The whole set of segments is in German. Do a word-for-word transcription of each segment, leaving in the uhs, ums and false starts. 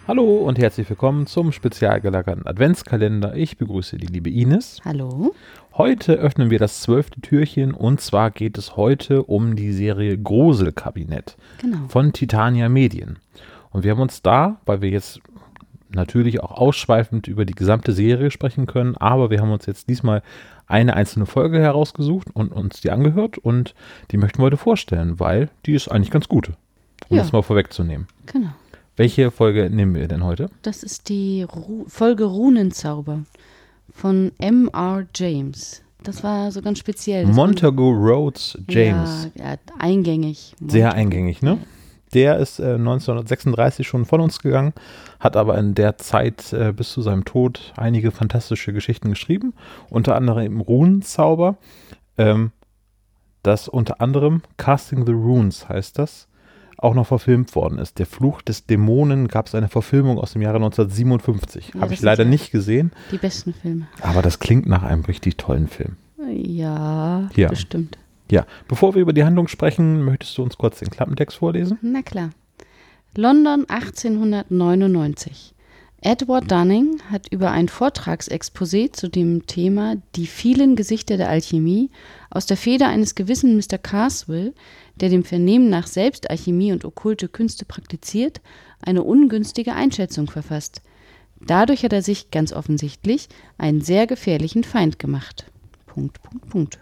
Hallo und herzlich willkommen zum spezial gelagerten Adventskalender. Ich begrüße die liebe Ines. Hallo. Heute öffnen wir das zwölfte Türchen und zwar geht es heute um die Serie Gruselkabinett Genau. von Titania Medien. Und wir haben uns da, weil wir jetzt natürlich auch ausschweifend über die gesamte Serie sprechen können, aber wir haben uns jetzt diesmal eine einzelne Folge herausgesucht und uns die angehört und die möchten wir heute vorstellen, weil die ist eigentlich ganz gut, um Ja. das mal vorwegzunehmen. Genau. Welche Folge nehmen wir denn heute? Das ist die Ru- Folge Runenzauber von M R James. Das war so ganz speziell. Das Montagu Rhodes war, James. Ja, ja, eingängig. Sehr eingängig, ne? Der ist äh, neunzehnhundertsechsunddreißig schon von uns gegangen, hat aber in der Zeit äh, bis zu seinem Tod einige fantastische Geschichten geschrieben, unter anderem im Runenzauber, ähm, das unter anderem Casting the Runes heißt das, auch noch verfilmt worden ist. Der Fluch des Dämonen gab es eine Verfilmung aus dem Jahre neunzehnhundertsiebenundfünfzig. Ja, Habe das ich sind leider ja nicht gesehen, Die besten Filme. aber das klingt nach einem richtig tollen Film. Ja, Ja. bestimmt. Ja, bevor wir über die Handlung sprechen, möchtest du uns kurz den Klappentext vorlesen? Na klar. London achtzehnhundertneunundneunzig. Edward Dunning hat über ein Vortragsexposé zu dem Thema Die vielen Gesichter der Alchemie aus der Feder eines gewissen Mister Carswell, der dem Vernehmen nach selbst Alchemie und okkulte Künste praktiziert, eine ungünstige Einschätzung verfasst. Dadurch hat er sich ganz offensichtlich einen sehr gefährlichen Feind gemacht. Punkt, Punkt, Punkt.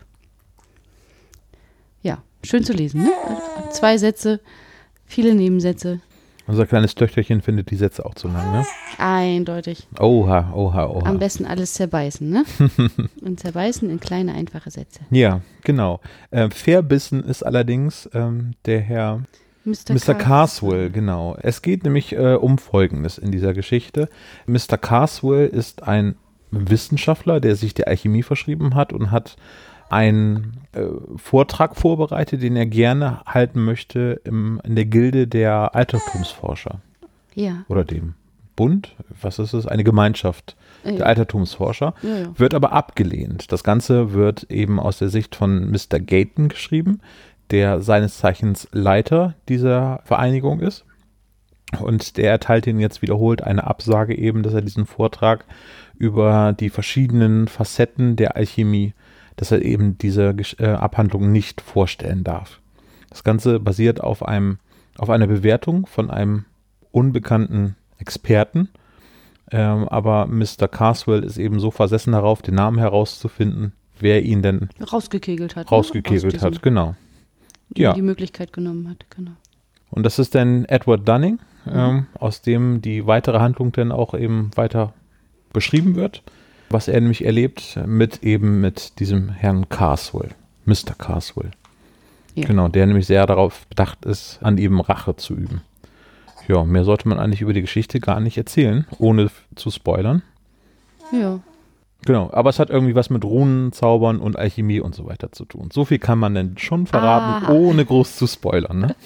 Ja, schön zu lesen, ne? Zwei Sätze, viele Nebensätze. Unser kleines Töchterchen findet die Sätze auch zu lang, ne? Eindeutig. Oha, oha, oha. Am besten alles zerbeißen, ne? Und zerbeißen in kleine, einfache Sätze. Ja, genau. Äh, Verbissen ist allerdings ähm, der Herr Mister Mister Cars- Carswell, genau. Es geht nämlich äh, um Folgendes in dieser Geschichte. Mister Carswell ist ein Wissenschaftler, der sich der Alchemie verschrieben hat und hat einen äh, Vortrag vorbereitet, den er gerne halten möchte im, in der Gilde der Altertumsforscher. Ja. Oder dem Bund, was ist es? Eine Gemeinschaft der Ja. Altertumsforscher. Ja, ja. Wird aber abgelehnt. Das Ganze wird eben aus der Sicht von Mister Gayton geschrieben, der seines Zeichens Leiter dieser Vereinigung ist. Und der erteilt ihnen jetzt wiederholt eine Absage eben, dass er diesen Vortrag über die verschiedenen Facetten der Alchemie, dass er eben diese Gesch- äh, Abhandlung nicht vorstellen darf. Das Ganze basiert auf einem, auf einer Bewertung von einem unbekannten Experten, ähm, aber Mister Carswell ist eben so versessen darauf, den Namen herauszufinden, wer ihn denn Rausgekegelt hat. rausgekegelt ne? Aus hat, genau. diesem- Ja. Die Möglichkeit genommen hat, genau. Und das ist dann Edward Dunning, ähm, aus dem die weitere Handlung dann auch eben weiter beschrieben wird, was er nämlich erlebt mit eben mit diesem Herrn Carswell, Mister Carswell. Ja. Genau, der nämlich sehr darauf bedacht ist, an ihm Rache zu üben. Ja, mehr sollte man eigentlich über die Geschichte gar nicht erzählen, ohne f- zu spoilern. Ja. Genau, aber es hat irgendwie was mit Runen, Zaubern und Alchemie und so weiter zu tun. So viel kann man denn schon verraten, Aha. ohne groß zu spoilern, ne?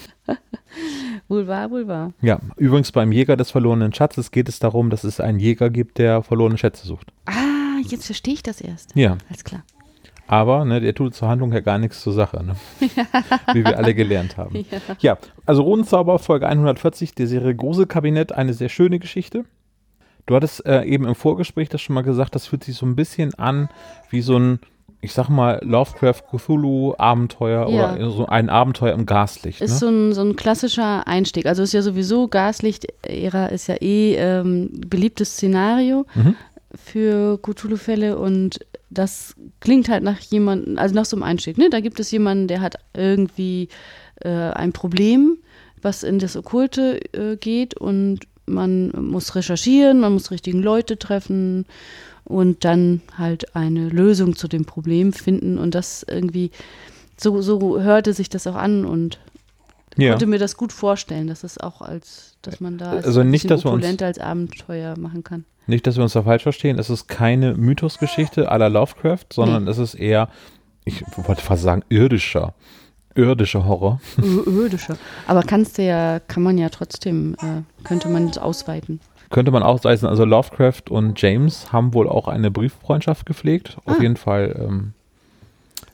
Wohl wahr, wohl wahr. Ja, übrigens beim Jäger des verlorenen Schatzes geht es darum, dass es einen Jäger gibt, der verlorene Schätze sucht. Ah, jetzt verstehe ich das erst. Ja, Alles klar. aber ne, der tut zur Handlung ja gar nichts zur Sache, ne? Wie wir alle gelernt haben. Ja. Ja, also Runenzauber, Folge hundertvierzig, der Serie Gruselkabinett, eine sehr schöne Geschichte. Du hattest äh, eben im Vorgespräch das schon mal gesagt, das fühlt sich so ein bisschen an wie so ein, ich sag mal, Lovecraft-Cthulhu-Abenteuer Ja. oder so ein Abenteuer im Gaslicht. Ist Ne? so ein, so ein klassischer Einstieg. Also ist ja sowieso, Gaslicht-Ära ist ja eh ähm, beliebtes Szenario Mhm. für Cthulhu-Fälle und das klingt halt nach jemandem, also nach so einem Einstieg. Ne? Da gibt es jemanden, der hat irgendwie äh, ein Problem, was in das Okkulte äh, geht und man muss recherchieren, man muss die richtigen Leute treffen und dann halt eine Lösung zu dem Problem finden und das irgendwie, so, so hörte sich das auch an und Ja. konnte mir das gut vorstellen, dass es auch als, dass man da als Also nicht, bisschen dass wir uns- opulenter als Abenteuer machen kann. Nicht, dass wir uns da falsch verstehen, es ist keine Mythosgeschichte à la Lovecraft, sondern Nee. es ist eher, ich wollte fast sagen, irdischer. Irdischer Horror. Ö- Ödischer. Aber kannst du ja, kann man ja trotzdem, äh, könnte man es ausweiten. Könnte man auch sagen, also Lovecraft und James haben wohl auch eine Brieffreundschaft gepflegt. Auf Ah. jeden Fall ähm,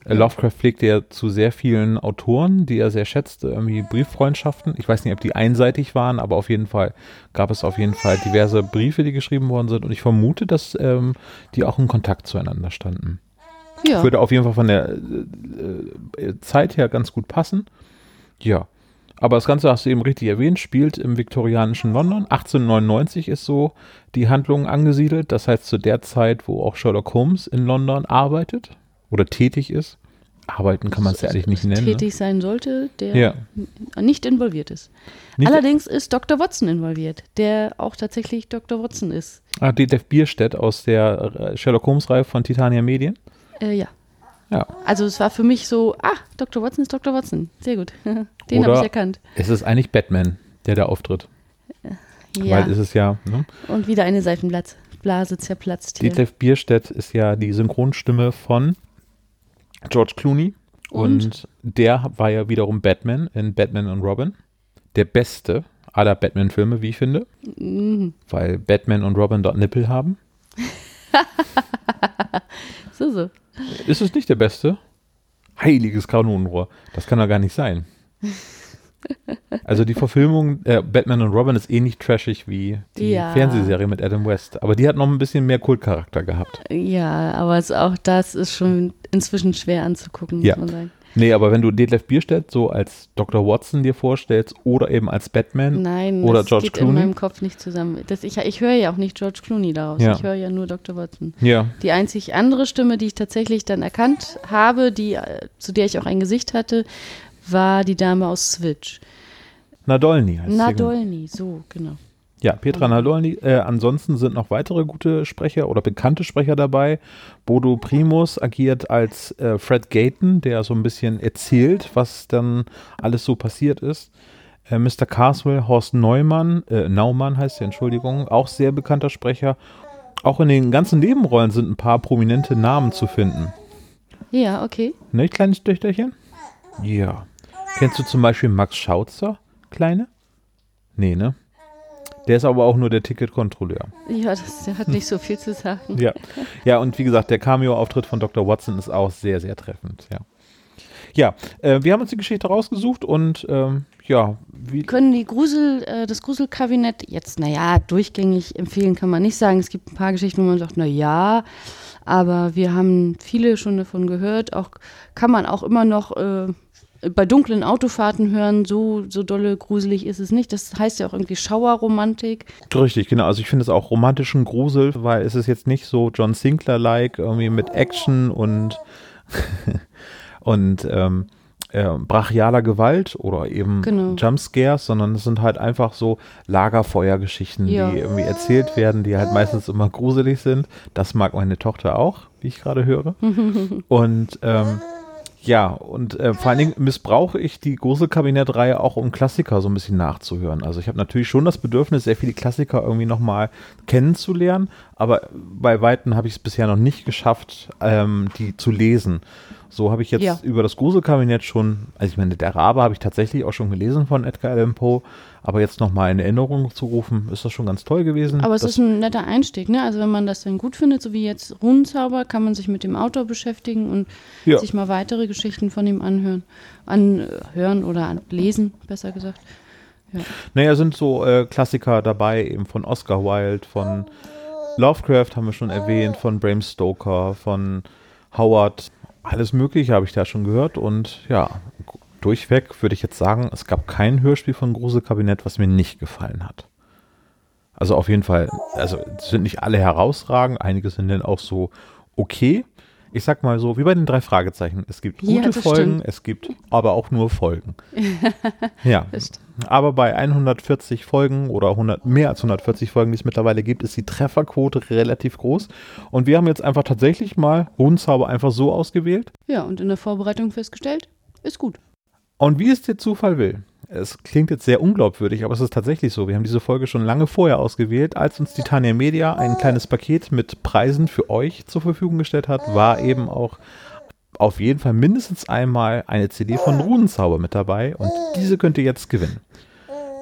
Äh, Lovecraft pflegte ja zu sehr vielen Autoren, die er sehr schätzte, irgendwie Brieffreundschaften. Ich weiß nicht, ob die einseitig waren, aber auf jeden Fall gab es auf jeden Fall diverse Briefe, die geschrieben worden sind. Und ich vermute, dass ähm, die auch in Kontakt zueinander standen. Ja. Würde auf jeden Fall von der äh, Zeit her ganz gut passen. Ja. Aber das Ganze, hast du eben richtig erwähnt, spielt im viktorianischen London. achtzehnhundertneunundneunzig ist so die Handlung angesiedelt. Das heißt zu der Zeit, wo auch Sherlock Holmes in London arbeitet oder tätig ist. Arbeiten kann man es ja eigentlich nicht nennen. Tätig ne? sein sollte, der Ja. nicht involviert ist. Nicht- Allerdings ist Doktor Watson involviert, der auch tatsächlich Doktor Watson ist. Ah, Detlef Bierstedt aus der äh, Sherlock Holmes-Reihe von Titania Medien. Äh, ja. Ja. Also es war für mich so, ah, Doktor Watson ist Doktor Watson. Sehr gut. Den Oder habe ich erkannt. Es ist eigentlich Batman, der da auftritt. Ja. Weil es ist ja, ne? Und wieder eine Seifenblase zerplatzt hier. Detlef Bierstedt ist ja die Synchronstimme von George Clooney. Und? und der war ja wiederum Batman in Batman und Robin. Der beste aller Batman-Filme, wie ich finde. Mhm. Weil Batman und Robin dort Nippel haben. So, so. Ist es nicht der beste? Heiliges Kanonenrohr. Das kann doch gar nicht sein. Also die Verfilmung äh, Batman und Robin ist ähnlich trashig wie die Ja. Fernsehserie mit Adam West. Aber die hat noch ein bisschen mehr Kultcharakter gehabt. Ja, aber es, auch das ist schon inzwischen schwer anzugucken, Ja. muss man sagen. Nee, aber wenn du Detlef Bierstedt so als Doktor Watson dir vorstellst oder eben als Batman Nein, oder das George geht Clooney. in meinem Kopf nicht zusammen. Das, ich ich höre ja auch nicht George Clooney daraus. Ja. Ich höre ja nur Doktor Watson. Ja, Die einzig andere Stimme, die ich tatsächlich dann erkannt habe, die, äh, zu der ich auch ein Gesicht hatte, war die Dame aus Switch. Nadolny heißt sie. Nadolny, so, genau. Ja, Petra Nadolny. Äh, ansonsten sind noch weitere gute Sprecher oder bekannte Sprecher dabei. Bodo Primus agiert als äh, Fred Gayton, der so ein bisschen erzählt, was dann alles so passiert ist. Äh, Mister Carswell, Horst Neumann, äh, Naumann heißt er, Entschuldigung, auch sehr bekannter Sprecher. Auch in den ganzen Nebenrollen sind ein paar prominente Namen zu finden. Ja, okay. Ne, kleines Töchterchen? Ja. Kennst du zum Beispiel Max Schautzer, Kleine? Nee, ne? Der ist aber auch nur der Ticketkontrolleur. Ja, das der hat nicht so viel zu sagen. Ja. Ja, und wie gesagt, der Cameo-Auftritt von Doktor Watson ist auch sehr, sehr treffend, ja. Ja, äh, wir haben uns die Geschichte rausgesucht und ähm, ja, wie. Können die Grusel, äh, das Gruselkabinett jetzt, naja, durchgängig empfehlen kann man nicht sagen. Es gibt ein paar Geschichten, wo man sagt, naja, aber wir haben viele schon davon gehört. Auch kann man auch immer noch äh, bei dunklen Autofahrten hören, so, so dolle gruselig ist es nicht. Das heißt ja auch irgendwie Schauerromantik. Richtig, genau. Also ich finde es auch romantischen Grusel, weil es ist jetzt nicht so John Sinclair-like, irgendwie mit Action und und ähm, äh, brachialer Gewalt oder eben Genau. Jumpscares, sondern es sind halt einfach so Lagerfeuergeschichten, Ja. die irgendwie erzählt werden, die halt meistens immer gruselig sind. Das mag meine Tochter auch, wie ich gerade höre. Und ähm, ja, und äh, vor allen Dingen missbrauche ich die Gruselkabinett-Reihe auch, um Klassiker so ein bisschen nachzuhören. Also ich habe natürlich schon das Bedürfnis, sehr viele Klassiker irgendwie nochmal kennenzulernen, aber bei Weitem habe ich es bisher noch nicht geschafft, ähm, die zu lesen. So habe ich jetzt Ja. über das Gruselkabinett schon, also ich meine, der Rabe habe ich tatsächlich auch schon gelesen von Edgar Allan Poe, aber jetzt nochmal in Erinnerung zu rufen, ist das schon ganz toll gewesen. Aber es das, ist ein netter Einstieg, ne? Also wenn man das dann gut findet, so wie jetzt Runenzauber, kann man sich mit dem Autor beschäftigen und Ja. sich mal weitere Geschichten von ihm anhören, anhören oder an, lesen, besser gesagt. Naja, sind so äh, Klassiker dabei, eben von Oscar Wilde, von Lovecraft haben wir schon erwähnt, von Bram Stoker, von Howard. Alles Mögliche habe ich da schon gehört und ja, durchweg würde ich jetzt sagen, es gab kein Hörspiel von Gruselkabinett, was mir nicht gefallen hat. Also auf jeden Fall, also es sind nicht alle herausragend, einige sind dann auch so okay. Ich sag mal so, wie bei den drei Fragezeichen. Es gibt Ja, gute das Folgen, stimmt. es gibt aber auch nur Folgen. Ja, Das stimmt. aber bei hundertvierzig Folgen oder hundert, mehr als hundertvierzig Folgen, die es mittlerweile gibt, ist die Trefferquote relativ groß. Und wir haben jetzt einfach tatsächlich mal Runenzauber einfach so ausgewählt. Ja, und in der Vorbereitung festgestellt, ist gut. Und wie es der Zufall will. Es klingt jetzt sehr unglaubwürdig, aber es ist tatsächlich so. Wir haben diese Folge schon lange vorher ausgewählt. Als uns Titania Media ein kleines Paket mit Preisen für euch zur Verfügung gestellt hat, war eben auch auf jeden Fall mindestens einmal eine C D von Runenzauber mit dabei. Und diese könnt ihr jetzt gewinnen.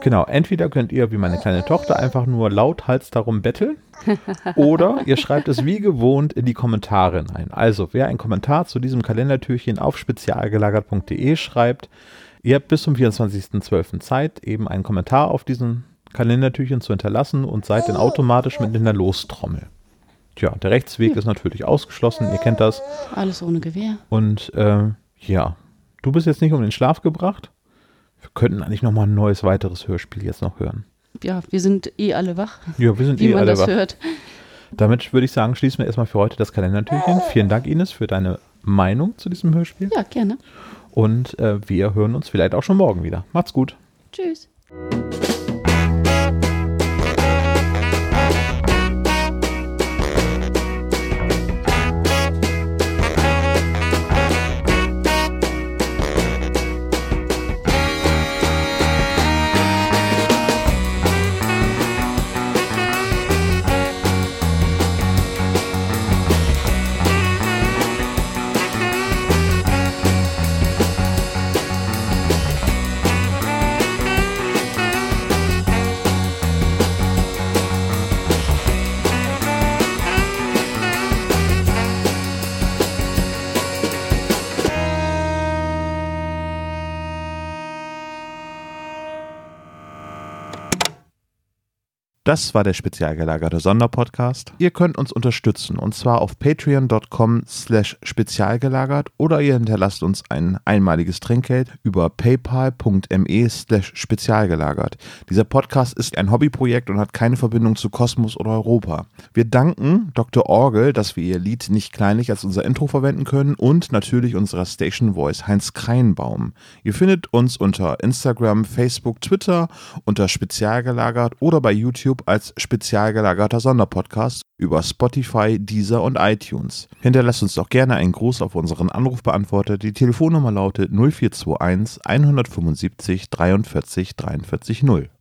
Genau, entweder könnt ihr wie meine kleine Tochter einfach nur lauthals darum betteln oder ihr schreibt es wie gewohnt in die Kommentare hinein. Also, wer einen Kommentar zu diesem Kalendertürchen auf spezialgelagert punkt de schreibt, ihr habt bis zum vierundzwanzigsten zwölften Zeit, eben einen Kommentar auf diesen Kalendertürchen zu hinterlassen und seid dann automatisch mit in der Lostrommel. Tja, der Rechtsweg ja. ist natürlich ausgeschlossen, ihr kennt das. Alles ohne Gewehr. Und äh, ja, du bist jetzt nicht um den Schlaf gebracht. Wir könnten eigentlich nochmal ein neues, weiteres Hörspiel jetzt noch hören. Ja, wir sind eh alle wach. Ja, wir sind wie eh man alle das wach. hört. Damit würde ich sagen, schließen wir erstmal für heute das Kalendertürchen. Vielen Dank, Ines, für deine Meinung zu diesem Hörspiel. Ja, gerne. Und äh, wir hören uns vielleicht auch schon morgen wieder. Macht's gut. Tschüss. Das war der spezial gelagerte Sonderpodcast. Ihr könnt uns unterstützen und zwar auf patreon punkt com slash spezialgelagert oder ihr hinterlasst uns ein einmaliges Trinkgeld über paypal punkt me slash spezialgelagert. Dieser Podcast ist ein Hobbyprojekt und hat keine Verbindung zu Kosmos oder Europa. Wir danken Doktor Orgel, dass wir ihr Lied Nicht kleinlich als unser Intro verwenden können und natürlich unserer Station Voice Heinz Kreinbaum. Ihr findet uns unter Instagram, Facebook, Twitter unter spezialgelagert oder bei YouTube als spezial gelagerter Sonderpodcast über Spotify, Deezer und iTunes. Hinterlasst uns doch gerne einen Gruß auf unseren Anrufbeantworter. Die Telefonnummer lautet null vier zwei eins eins fünf sieben dreiundvierzig dreiundvierzig null.